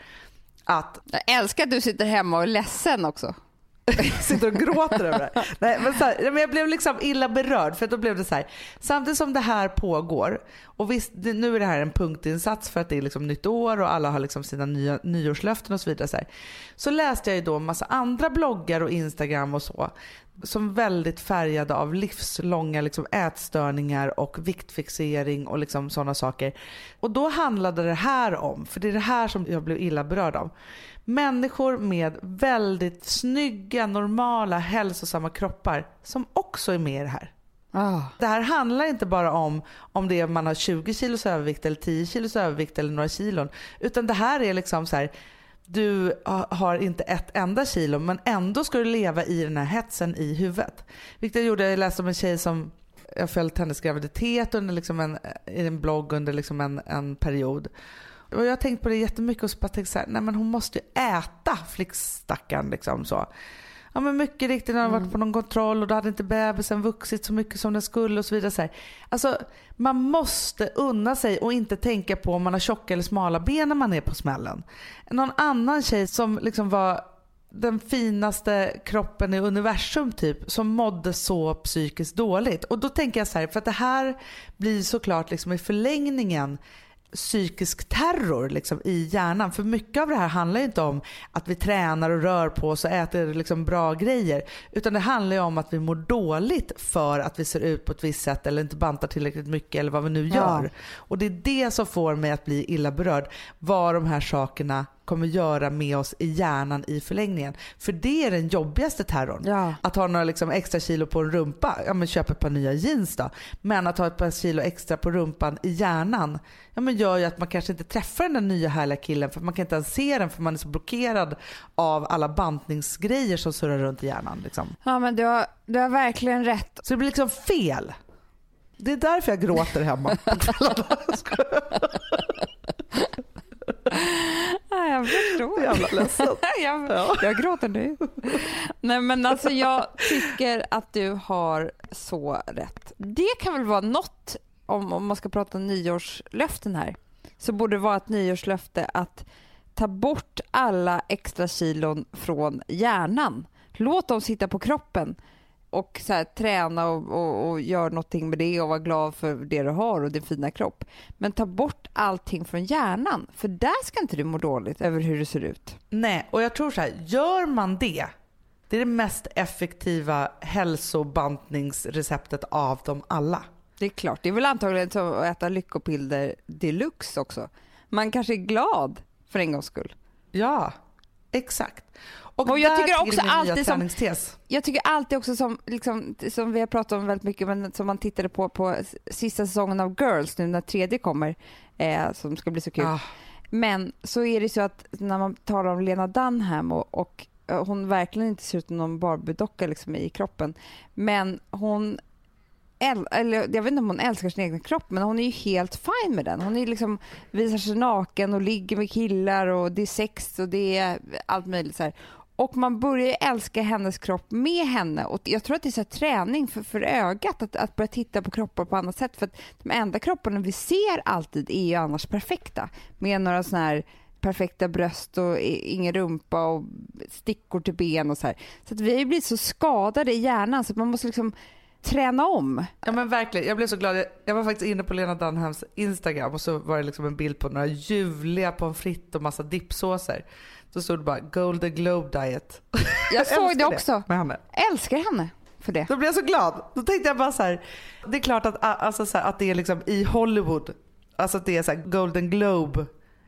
Att jag älskar att du sitter hemma och är ledsen också. sitter och gråter över det. Nej, men så här, men jag blev liksom illa berörd för då blev det så här. Samtidigt som det här pågår och visst, det, nu är det här en punktinsats för att det är liksom nytt år och alla har liksom sina nya, nyårslöften och så vidare. Så, här. Så läste jag ju då en massa andra bloggar och Instagram och så som väldigt färgade av livslånga liksom ätstörningar och viktfixering och liksom sådana saker. Och då handlade det här om, för det är det här som jag blev illa berörd av. Människor med väldigt snygga, normala, hälsosamma kroppar som också är med i det här. Oh. Det här handlar inte bara om om det är man har tjugo kilos övervikt eller tio kilos övervikt eller några kilon. Utan det här är liksom så här, du har inte ett enda kilo men ändå ska du leva i den här hetsen i huvudet. Vilket jag gjorde, jag läste om en tjej som jag följt hennes graviditet under liksom en, i en blogg under liksom en, en period. Och jag har tänkt på det jättemycket och så bara tänkt så här, nej men hon måste ju äta flickstackaren liksom så. Ja, men mycket riktigt när jag varit på någon kontroll och då hade inte bebisen vuxit så mycket som den skulle och så vidare. Så här. Alltså, man måste unna sig och inte tänka på om man har tjocka eller smala ben när man är på smällen. Någon annan tjej som liksom var den finaste kroppen i universum typ, som mådde så psykiskt dåligt. Och då tänker jag så här, för att det här blir såklart liksom i förlängningen psykisk terror liksom i hjärnan. För mycket av det här handlar ju inte om att vi tränar och rör på oss och äter liksom bra grejer, utan det handlar ju om att vi mår dåligt för att vi ser ut på ett visst sätt eller inte bantar tillräckligt mycket eller vad vi nu gör. Ja. Och det är det som får mig att bli illa berörd, vad de här sakerna kommer göra med oss i hjärnan i förlängningen. För det är den jobbigaste terrorn. Ja. Att ha några liksom extra kilo på en rumpa, ja men köp ett par nya jeans då. Men att ha ett par kilo extra på rumpan i hjärnan, ja men gör ju att man kanske inte träffar den där nya härliga killen, för man kan inte ens se den för man är så blockerad av alla bantningsgrejer som surrar runt i hjärnan. Liksom. Ja, men du har, du har verkligen rätt. Så det blir liksom fel. Det är därför jag gråter hemma på kvällarna. Jag förstår. Jävla ledsen. jag, ja. jag gråter nu. Nej, men alltså jag tycker att du har så rätt. Det kan väl vara något, om, om man ska prata nyårslöften här, så borde det vara ett nyårslöfte att ta bort alla extra kilon från hjärnan. Låt dem sitta på kroppen och så här, träna och, och, och göra någonting med det och vara glad för det du har och din fina kropp. Men ta bort allting från hjärnan, för där ska inte du må dåligt över hur du ser ut. Nej, och jag tror så här, gör man det, det är det mest effektiva hälsobantningsreceptet av dem alla. Det är klart, det är väl antagligen som att äta lyckopiller deluxe också. Man kanske är glad för en gångs skull. Ja, exakt. Och, och jag tycker också alltid som, jag tycker alltid också som, liksom, som vi har pratat om väldigt mycket, men som man tittade på på sista säsongen av Girls nu när tredje kommer, eh, som ska bli så kul. Ah. Men så är det så att när man talar om Lena Dunham och, och hon verkligen inte ser ut som någon Barbie-docka liksom i kroppen, men hon äl, eller jag vet inte om hon älskar sin egen kropp, men hon är ju helt fine med den. Hon är liksom, visar sig naken och ligger med killar och det är sex och det är allt möjligt så här. Och man börjar älska hennes kropp med henne. Och jag tror att det är så här träning för, för ögat att, att börja titta på kroppar på annat sätt. För att de enda kropparna vi ser alltid är ju annars perfekta. Med några såna här perfekta bröst och ingen rumpa och stickor till ben och så här. Så att vi har blivit så skadade i hjärnan så att man måste liksom träna om. Ja men verkligen, jag blev så glad. Jag var faktiskt inne på Lena Dunhams Instagram och så var det liksom en bild på några ljuvliga pommes frites och massa dippsåser. Så stod det bara Golden Globe Diet. Jag såg det också. Med henne. Älskar henne för det. Då blev jag så glad. Då tänkte jag bara så här, det är klart att, alltså så här, att det är liksom i Hollywood, alltså att det är så här Golden Globe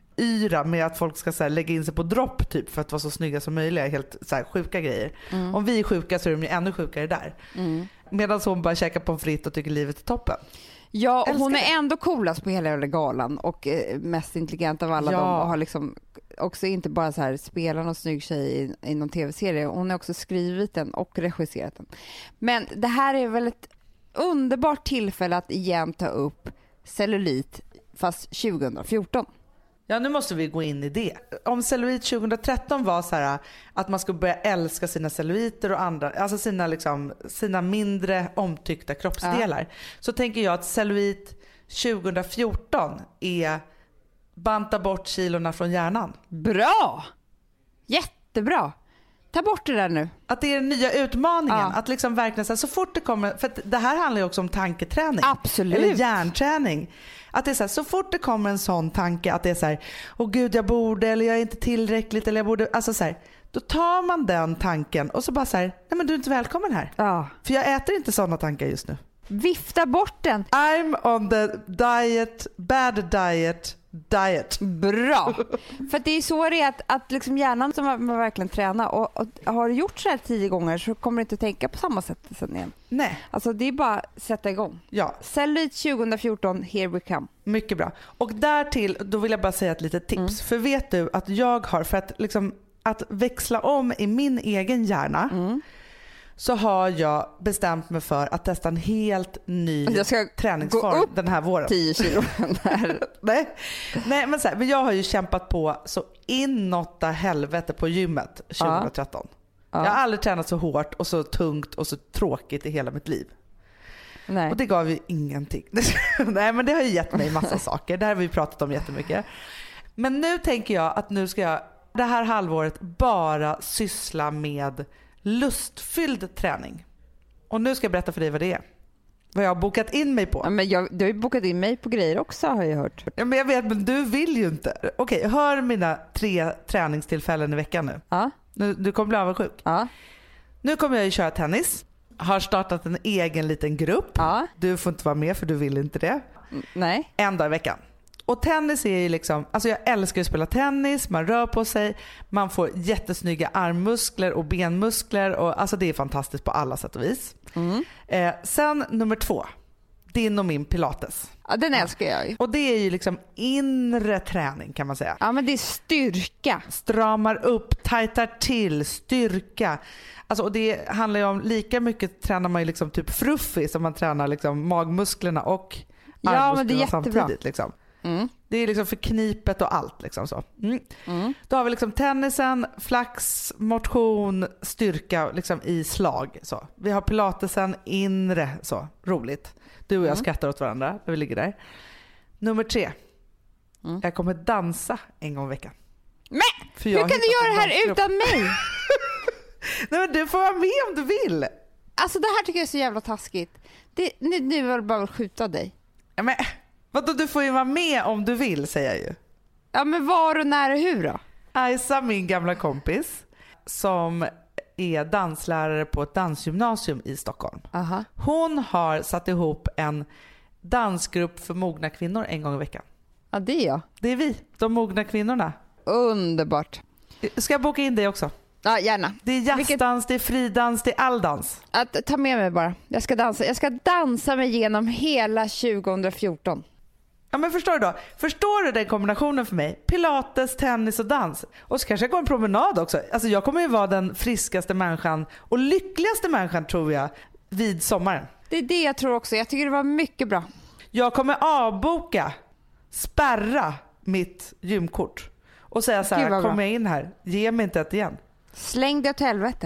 yra med att folk ska så här lägga in sig på dropp typ för att vara så snygga som möjligt, helt så här sjuka grejer. Mm. Om vi är sjuka så är de ju ännu sjukare där. Mm. Medan hon bara käkar pommes frites och tycker livet är toppen. Ja, och hon är ändå coolast på hela galan och eh, mest intelligent av alla ja. dem och har liksom också inte bara så här spelar någon snygg tjej i, i någon tv-serie. Hon har också skrivit den och regisserat den. Men det här är väl ett underbart tillfälle att igen ta upp cellulit fast tjugo fjorton. Ja, nu måste vi gå in i det. Om cellulit tjugo tretton var så här att man skulle börja älska sina celluliter och andra, alltså sina, liksom, sina mindre omtyckta kroppsdelar. Ja. Så tänker jag att cellulit tjugo fjorton är banta bort kilorna från hjärnan. Bra! Jättebra! Ta bort det där nu. Att det är den nya utmaningen. Ja. Att liksom verkligen så, här, så fort det kommer, för att det här handlar ju också om tanketräning. Absolut. Eller hjärnträning. Att det är så här, så fort det kommer en sån tanke att det är så här, åh gud jag borde eller jag är inte tillräckligt eller jag borde, alltså så här, då tar man den tanken och så bara så här, nej men du är inte välkommen här. Ja. För jag äter inte såna tankar just nu. Vifta bort den. I'm on the diet, bad diet, diet. Bra. För att det är så det är att, att liksom hjärnan som man, man verkligen tränar och, och har du gjort så här tio gånger så kommer du inte tänka på samma sätt sen igen. Nej. Alltså det är bara att sätta igång. Ja. Cellulit tjugo fjorton, here we come. Mycket bra. Och därtill, då vill jag bara säga ett litet tips. Mm. För vet du att jag har, för att liksom att växla om i min egen hjärna mm. så har jag bestämt mig för att testa en helt ny jag ska träningsform gå upp den här våren. tio kilo. Nej. Nej, men så här, men jag har ju kämpat på så inåtta helvete på gymmet tjugo tretton. Ja. Ja. Jag har aldrig tränat så hårt och så tungt och så tråkigt i hela mitt liv. Nej. Och det gav ju ingenting. Nej, men det har ju gett mig massa saker. Det här har vi pratat om jättemycket. Men nu tänker jag att nu ska jag det här halvåret bara syssla med lustfylld träning. Och nu ska jag berätta för dig vad det är. Vad jag har bokat in mig på. Ja, men jag, du har ju bokat in mig på grejer också, har jag hört. Ja, men jag vet, men du vill ju inte. Okej, hör mina tre träningstillfällen i veckan nu. Ja. nu du kommer bli avundsjuk. Ja. Nu kommer jag ju köra tennis. Har startat en egen liten grupp. Ja. Du får inte vara med för du vill inte det. Mm, nej. En dag i veckan. Och tennis är ju liksom, alltså jag älskar att spela tennis, man rör på sig, man får jättesnygga armmuskler och benmuskler och alltså det är fantastiskt på alla sätt och vis. Mm. Eh, sen nummer två, din och min pilates. Ja, den älskar jag ju. Och det är ju liksom inre träning kan man säga. Ja, men det är styrka. Stramar upp, tajtar till, styrka. Alltså, och det handlar ju om lika mycket tränar man ju liksom typ fruffi som man tränar liksom magmusklerna och ja, men det är jättebra. Samtidigt liksom. Mm. Det är liksom för knipet och allt liksom så. Mm. Mm. Då har vi liksom tennisen, flax, motion, styrka liksom i slag så. Vi har pilatesen inre så, roligt. Du och jag Mm. skrattar åt varandra när vi ligger där. Nummer tre. Mm. Jag kommer dansa en gång i veckan. Men För hur jag kan har du hittat göra en det här dansgrupp. utan mig? Nej, men du får vara med om du vill. Alltså det här tycker jag är så jävla taskigt. Det, nu, nu vill jag bara skjuta dig. Ja, men vadå, du får ju vara med om du vill säger jag ju. Ja, men var och när och hur då? Aisa, min gamla kompis som är danslärare på ett dansgymnasium i Stockholm. Aha. Hon har satt ihop en dansgrupp för mogna kvinnor en gång i veckan. Ja, det är jag. Det är vi, de mogna kvinnorna. Underbart. Ska jag boka in dig också? Ja, gärna. Det är jazzdans, Vilket... det är fridans, det är all dans. Att, ta med mig bara. Jag ska dansa. Jag ska dansa mig igenom hela tjugohundrafjorton. Ja, men förstår du då? Förstår du den kombinationen för mig? Pilates, tennis och dans. Och så kanske jag går en promenad också. Alltså jag kommer ju vara den friskaste människan och lyckligaste människan tror jag vid sommaren. Det är det jag tror också. Jag tycker det var mycket bra. Jag kommer avboka, spärra mitt gymkort och säga så Gud, här, vad bra. kommer jag in här, ge mig inte ett igen. Släng det åt helvete.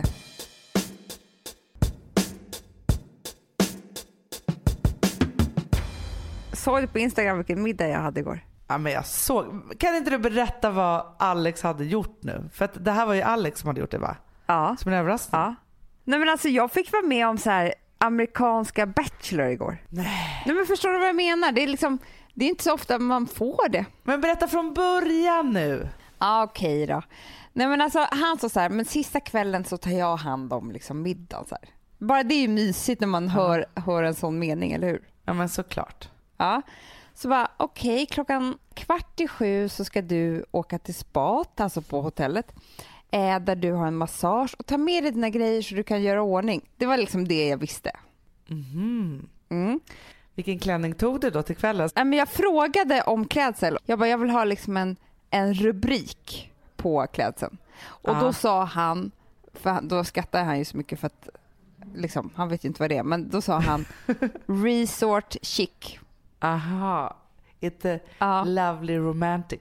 Såg du på Instagram vilken middag jag hade igår? Ja, men jag såg. Kan inte du berätta vad Alex hade gjort nu? För att det här var ju Alex som hade gjort det, va? Ja. Som en överraskning. Ja. Nej, men alltså jag fick vara med om så här amerikanska Bachelor igår. Nej. Nej, men förstår du vad jag menar? Det är liksom, det är inte så ofta man får det. Men berätta från början nu. Ja, okej då. Nej, men alltså han sa så här, men sista kvällen så tar jag hand om liksom middagen så här. Bara det är ju mysigt när man Ja. hör, hör en sån mening, eller hur? Ja, men såklart. Ja. Så bara, okej, okay, klockan kvart i sju så ska du åka till spat, alltså på hotellet, eh, där du har en massage och ta med dig dina grejer så du kan göra ordning. Det var liksom det jag visste. Mhm. Mm. Vilken klänning tog du då till kvällen? Ja, men jag frågade om klädsel. Jag bara, jag vill ha liksom en, en rubrik på klädseln. Och Ja. då sa han, för han, då skrattade han ju så mycket för att liksom, han vet ju inte vad det är, men då sa han resort chic. Aha. It's a Ja. lovely romantic.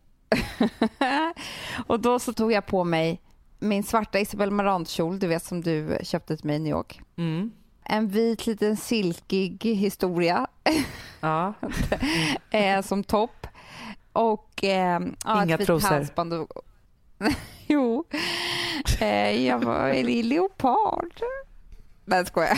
Och då så tog jag på mig min svarta Isabel Marant-kjol, du vet, som du köpte till mig i New York. Mm. En vit liten silkig historia Ja. eh, som topp. Och eh, ja, Inga ett vitt trosor. halsband och... Jo. Eh, jag var i leopard. Nej, skojar.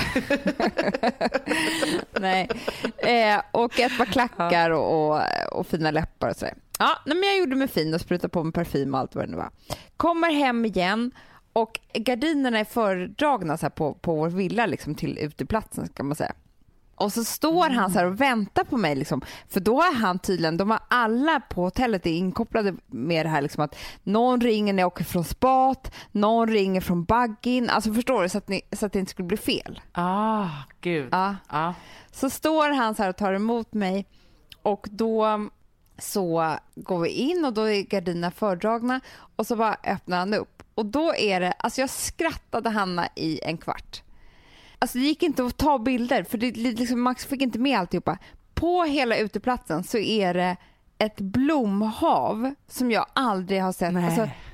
Nej. Eh, och ett par klackar och, och, och fina läppar och sådär. Ja, men jag gjorde mig fin och sprutade på med parfym och allt vad det nu var. Kommer hem igen och gardinerna är fördragna så här på, på vår villa liksom till uteplatsen, kan man säga. Och så står han så här och väntar på mig liksom, för då är han tydligen, de har alla på hotellet är inkopplade med det här liksom, att någon ringer när jag åker från spat, någon ringer från buggin, alltså förstår du, så att, ni, så att det inte skulle bli fel. Ah, gud. Ja. Ah. Så står han så här och tar emot mig och då så går vi in och då är gardinerna fördragna och så bara öppnar han upp och då är det, alltså jag skrattade Hanna i en kvart. Alltså det gick inte att ta bilder för det, liksom, Max fick inte med alltihopa. På hela uteplatsen så är det ett blomhav som jag aldrig har sett. Alltså,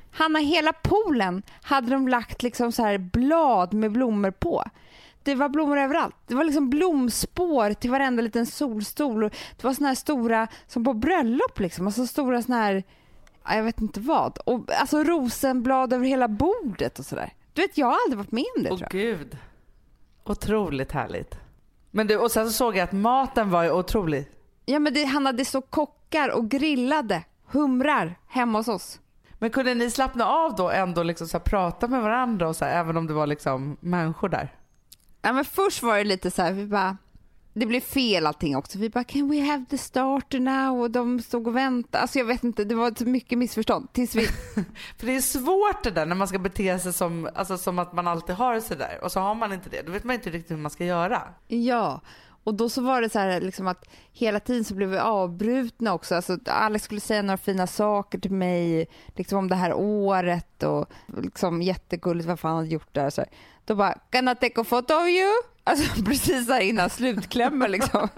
Hanna, hela poolen hade de lagt liksom så här blad med blommor på. Det var blommor överallt. Det var liksom blomspår till varenda liten solstol. Det var såna här stora, som på bröllop liksom. Alltså stora såna här, jag vet inte vad. Och, alltså rosenblad över hela bordet och sådär. Du vet, jag har aldrig varit med om det. Åh tror jag. gud. Otroligt härligt. Men du, och sen så såg jag att maten var ju otrolig. Ja, men det, han hade så kockar och grillade humrar hemma hos oss. Men kunde ni slappna av då ändå liksom så här, prata med varandra och så här, även om det var liksom människor där? Ja, men först var det lite så här, vi bara, det blev fel allting också. Vi bara, can we have the starter now? Och de stod och väntade. Alltså jag vet inte, det var mycket missförstånd. Tills vi... För det är svårt det där när man ska bete sig som, alltså, som att man alltid har sig där. Och så har man inte det. Då vet man inte riktigt hur man ska göra. Ja, och då så var det så här liksom att hela tiden så blev vi avbrutna också. Alltså Alex skulle säga några fina saker till mig liksom om det här året och liksom jättegulligt vad fan han hade gjort där. Så här. Då bara, can I take a photo of you? Alltså precis här innan slutklämmer liksom.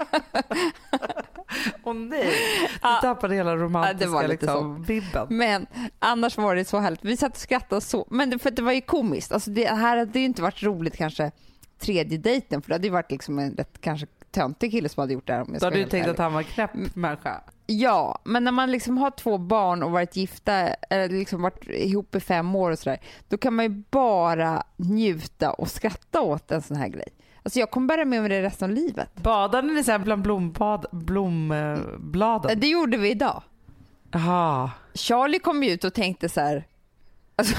Åh nej, du tappade hela romantiska ja, det var liksom, vibben. Men annars var det så härligt. Vi satt och skrattade så. Men det, för det var ju komiskt. Alltså det här hade ju inte varit roligt kanske tredje dejten. För det hade ju varit liksom en rätt kanske töntig kille som hade gjort det här. Om jag Då hade du helt tänkt ärlig. att han var knäpp människa. Ja, men när man liksom har två barn och varit gifta eller liksom varit ihop i fem år och sådär, då kan man ju bara njuta och skratta åt en sån här grej. Alltså jag kommer bära med mig det resten av livet. Badade ni sen bland blombad, blombladen? Det gjorde vi idag. Jaha. Charlie kom ju ut och tänkte så här, alltså,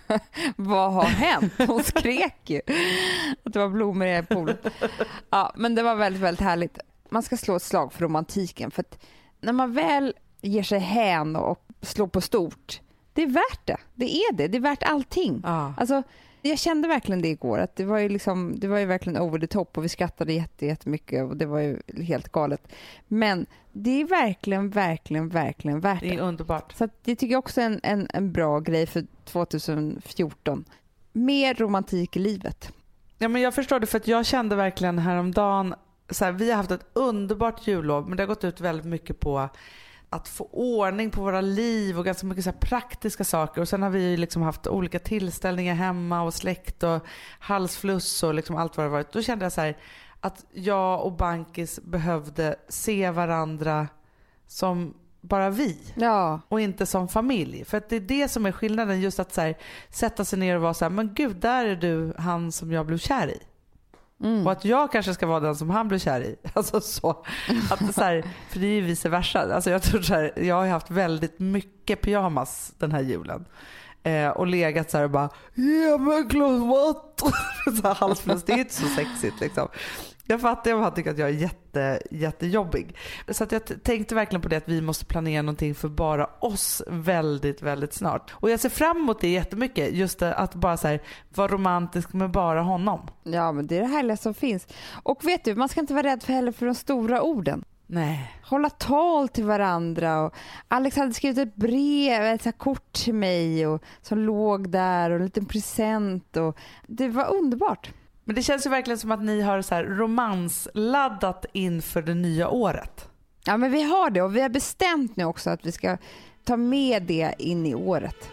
vad har hänt? Hon skrek ju att det var blommor i poolen. Ja, men det var väldigt, väldigt härligt. Man ska slå ett slag för romantiken, för att när man väl ger sig hän och slår på stort, det är värt det. Det är det. Det är värt allting. Ja. Alltså, jag kände verkligen det igår. Att det var ju liksom, det var ju verkligen over the top och vi skrattade jätte, jättemycket och det var ju helt galet. Men det är verkligen, verkligen, verkligen värt det. Det är underbart. Så att det tycker jag också är en, en, en bra grej för tjugohundrafjorton. Mer romantik i livet. Ja, men jag förstår det, för att jag kände verkligen häromdagen, så här, vi har haft ett underbart jullov, men det har gått ut väldigt mycket på att få ordning på våra liv och ganska mycket så här praktiska saker. Och sen har vi liksom haft olika tillställningar hemma och släkt och halsfluss och liksom allt vad det varit. Då kände jag så här, att jag och Bankis behövde se varandra som bara vi. Ja. Och inte som familj. För att det är det som är skillnaden, just att så här, sätta sig ner och vara så här, men gud, där är du han som jag blev kär i. Mm. Och att jag kanske ska vara den som han blev kär i. Alltså så. Att så här, för det är ju vice versa. Alltså jag tror så här, jag har haft väldigt mycket pyjamas den här julen. Eh, och legat så här och bara, ja men klart what? Så här halsfluss, det är inte så sexigt liksom. Jag fattar om han tycker att jag är jätte, jättejobbig. Så att jag t- tänkte verkligen på det, att vi måste planera någonting för bara oss väldigt, väldigt snart. Och jag ser fram emot det jättemycket. Just det, att bara så här, vara romantisk med bara honom. Ja, men det är det härliga som finns. Och vet du, man ska inte vara rädd för heller för de stora orden. Nej. Hålla tal till varandra. Och Alex hade skrivit ett brev, ett så här kort till mig och, som låg där och en liten present. Och det var underbart. Men det känns ju verkligen som att ni har så här romansladdat inför det nya året. Ja, men vi har det och vi har bestämt nu också att vi ska ta med det in i året.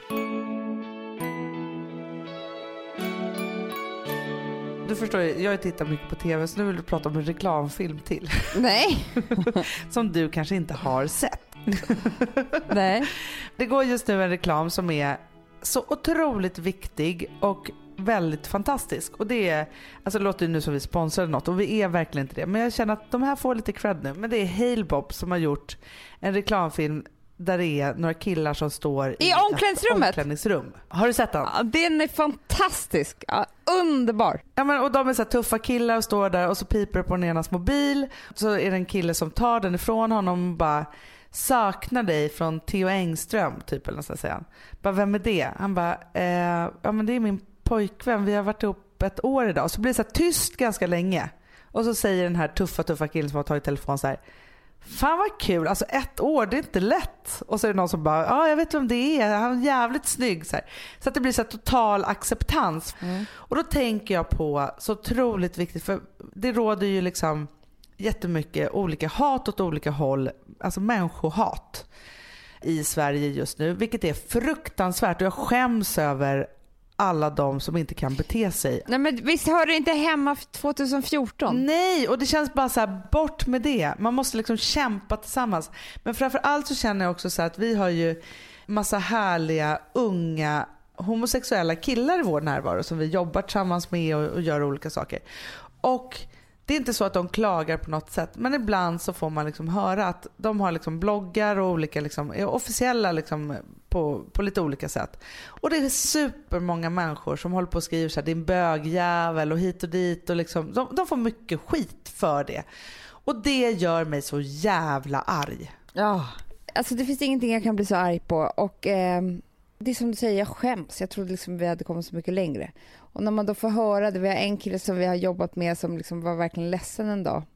Du förstår ju, jag tittar mycket på tv, så nu vill du prata om en reklamfilm till. Nej. Som du kanske inte har sett. Nej. Det går just nu en reklam som är så otroligt viktig och väldigt fantastisk. Och det är, alltså det låter ju nu som vi sponsrar något och vi är verkligen inte det. Men jag känner att de här får lite cred nu. Men det är Halebop som har gjort en reklamfilm där det är några killar som står i, I omklädningsrummet. omklädningsrum. Har du sett den? Ja, den är fantastisk. Ja, underbar. Ja, men, och de är så här tuffa killar och står där och så piper det på den enas mobil. Så är det en kille som tar den ifrån honom och bara saknar dig från Theo Engström typ, eller så säger han. Bara, vem är det? Han bara, eh, ja men det är min pojkvän, vi har varit ihop ett år idag. Så blir det så här tyst ganska länge. Och så säger den här tuffa tuffa killen som har tagit telefon så här, fan vad kul, alltså ett år, det är inte lätt. Och så är det någon som bara, ja jag vet vem det är, han är jävligt snygg. Så, här. Så att det blir så här total acceptans. Mm. Och då tänker jag på, så otroligt viktigt, för det råder ju liksom jättemycket olika hat åt olika håll, alltså människohat i Sverige just nu, vilket är fruktansvärt, och jag skäms över alla de som inte kan bete sig. Nej, men visst hör det inte hemma tjugo fjorton? Nej, och det känns bara så här, bort med det. Man måste liksom kämpa tillsammans. Men framförallt så känner jag också så här att vi har ju massa härliga unga homosexuella killar i vår närvaro som vi jobbar tillsammans med och, och gör olika saker. Och det är inte så att de klagar på något sätt, men ibland så får man liksom höra att de har liksom bloggar och olika liksom, är officiella liksom på, på lite olika sätt. Och det är supermånga människor som håller på och skriver så här, din bögjävel och hit och dit. Och liksom, de, de får mycket skit för det. Och det gör mig så jävla arg. Ja, alltså det finns ingenting jag kan bli så arg på. Och eh, det är som du säger, jag skäms. Jag trodde liksom vi hade kommit så mycket längre. Och när man då får höra det, vi har en kille som vi har jobbat med som liksom var verkligen ledsen en dag.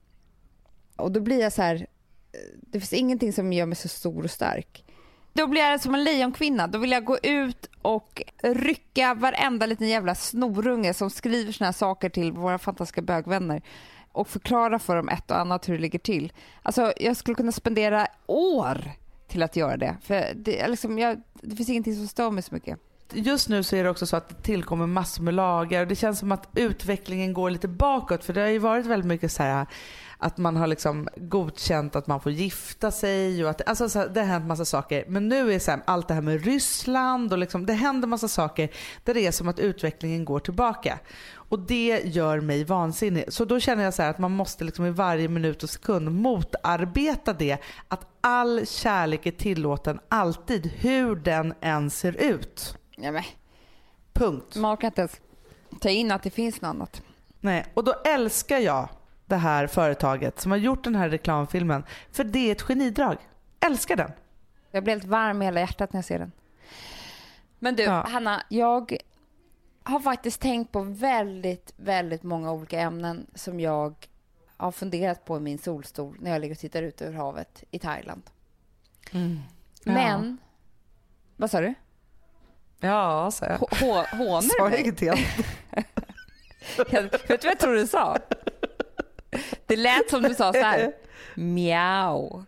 Och då blir jag så här, det finns ingenting som gör mig så stor och stark. Då blir jag som en lejonkvinna. Då vill jag gå ut och rycka varenda liten jävla snorunge som skriver såna här saker till våra fantastiska bögvänner och förklara för dem ett och annat hur det ligger till. Alltså jag skulle kunna spendera år till att göra det. För det, liksom, jag, det finns ingenting som stör mig så mycket. Just nu så är det också så att det tillkommer massor med lagar och det känns som att utvecklingen går lite bakåt, för det har ju varit väldigt mycket så här att man har liksom godkänt att man får gifta sig och att alltså så här, det har hänt massa saker, men nu är så här, allt det här med Ryssland och liksom, det händer massa saker där det är som att utvecklingen går tillbaka och det gör mig vansinnig. Så då känner jag så här att man måste liksom i varje minut och sekund motarbeta det, att all kärlek är tillåten alltid, hur den än ser ut. Ja, men. Punkt. Man kan inte ens ta in att det finns något annat. Nej, och då älskar jag det här företaget som har gjort den här reklamfilmen, för det är ett genidrag. Älskar den. Jag blir helt varm i hela hjärtat när jag ser den. Men du, ja. Hanna, jag har faktiskt tänkt på väldigt, väldigt många olika ämnen som jag har funderat på i min solstol när jag ligger och tittar ut över havet i Thailand. Mm. Ja. Men, vad sa du? Ja, så jag. H- hånar sa mig? Ingenting. jag, vet du vad jag tror du sa? Det lät som du sa så här. Miau.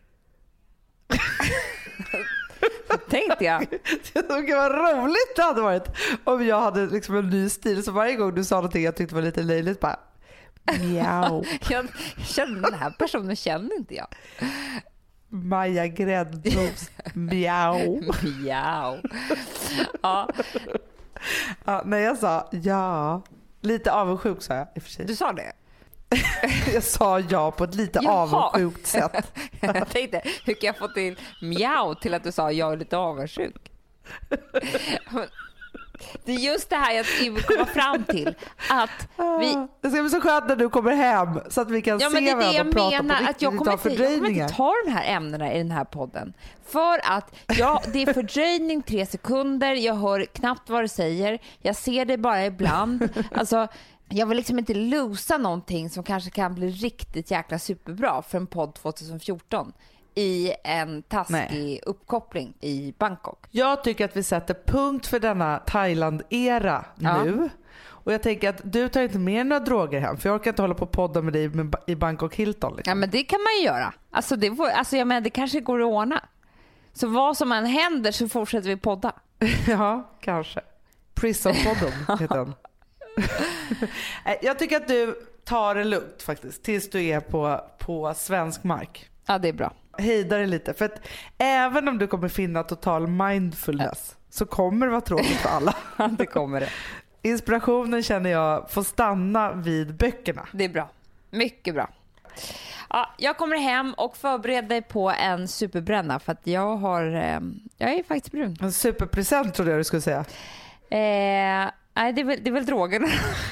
Tänkte jag. Det var roligt det hade varit om jag hade liksom en ny stil. Så varje gång du sa någonting jag tyckte var lite löjligt bara miau. Jag känner den här personen känner inte jag. Maja Gräddros. Miau. Miau. Ja. Ja, när jag sa ja. Lite avundsjuk sa jag i och för sig. Du sa det? Jag sa ja på ett lite Jaha. avundsjukt sätt. Jag tänkte, hur kan jag få till miau till att du sa jag är lite avundsjuk? Det är just det här jag vill komma fram till. Att vi... Det ska bli så skönt när du kommer hem så att vi kan ja, se men det varandra jag och prata menar, på att jag kommer, inte, jag kommer inte ta de här ämnena i den här podden. För att ja, det är fördröjning tre sekunder. Jag hör knappt vad du säger. Jag ser det bara ibland. Alltså... Jag vill liksom inte losa någonting som kanske kan bli riktigt jäkla superbra för en podd tjugo fjorton i en taskig Nej. uppkoppling i Bangkok. Jag tycker att vi sätter punkt för denna Thailand-era ja. nu. Och jag tänker att du tar inte med några droger hem, för jag orkar inte hålla på och podda med dig med, i Bangkok Hilton. Liksom. Ja, men det kan man ju göra. Alltså, det, får, alltså jag menar, det kanske går att ordna. Så vad som än händer så fortsätter vi podda. Ja, kanske. Prison-podden heter den. Jag tycker att du tar det lugnt faktiskt tills du är på, på svensk mark. Ja, det är bra. Hejdar det lite, för att även om du kommer finna total mindfulness ja. så kommer det vara tråkigt för alla. Ja, det kommer det. Inspirationen känner jag får stanna vid böckerna. Det är bra. Mycket bra. Ja, jag kommer hem och förbereder dig på en superbränna för att jag har jag är faktiskt brun. En superpresent trodde jag du skulle säga. Eh Nej, det är väl, det är väl drogerna.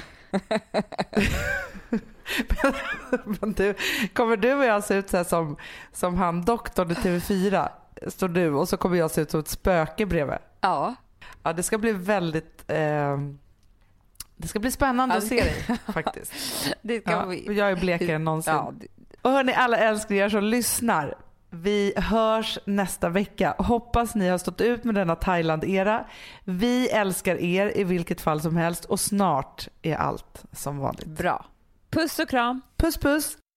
men, men du, kommer du och jag se ut så här som, som han doktorn i T V fyra? Står du och så kommer jag se ut som ett spöke bredvid. Ja. Ja, det ska bli väldigt... Eh, det ska bli spännande att se dig faktiskt. Det ska ja, vi. Jag är blekare än någonsin. Ja, det... Och hörni, alla älsklingar som lyssnar. Vi hörs nästa vecka. Hoppas ni har stått ut med denna Thailand-era. Vi älskar er i vilket fall som helst. Och snart är allt som vanligt. Bra. Puss och kram. Puss puss.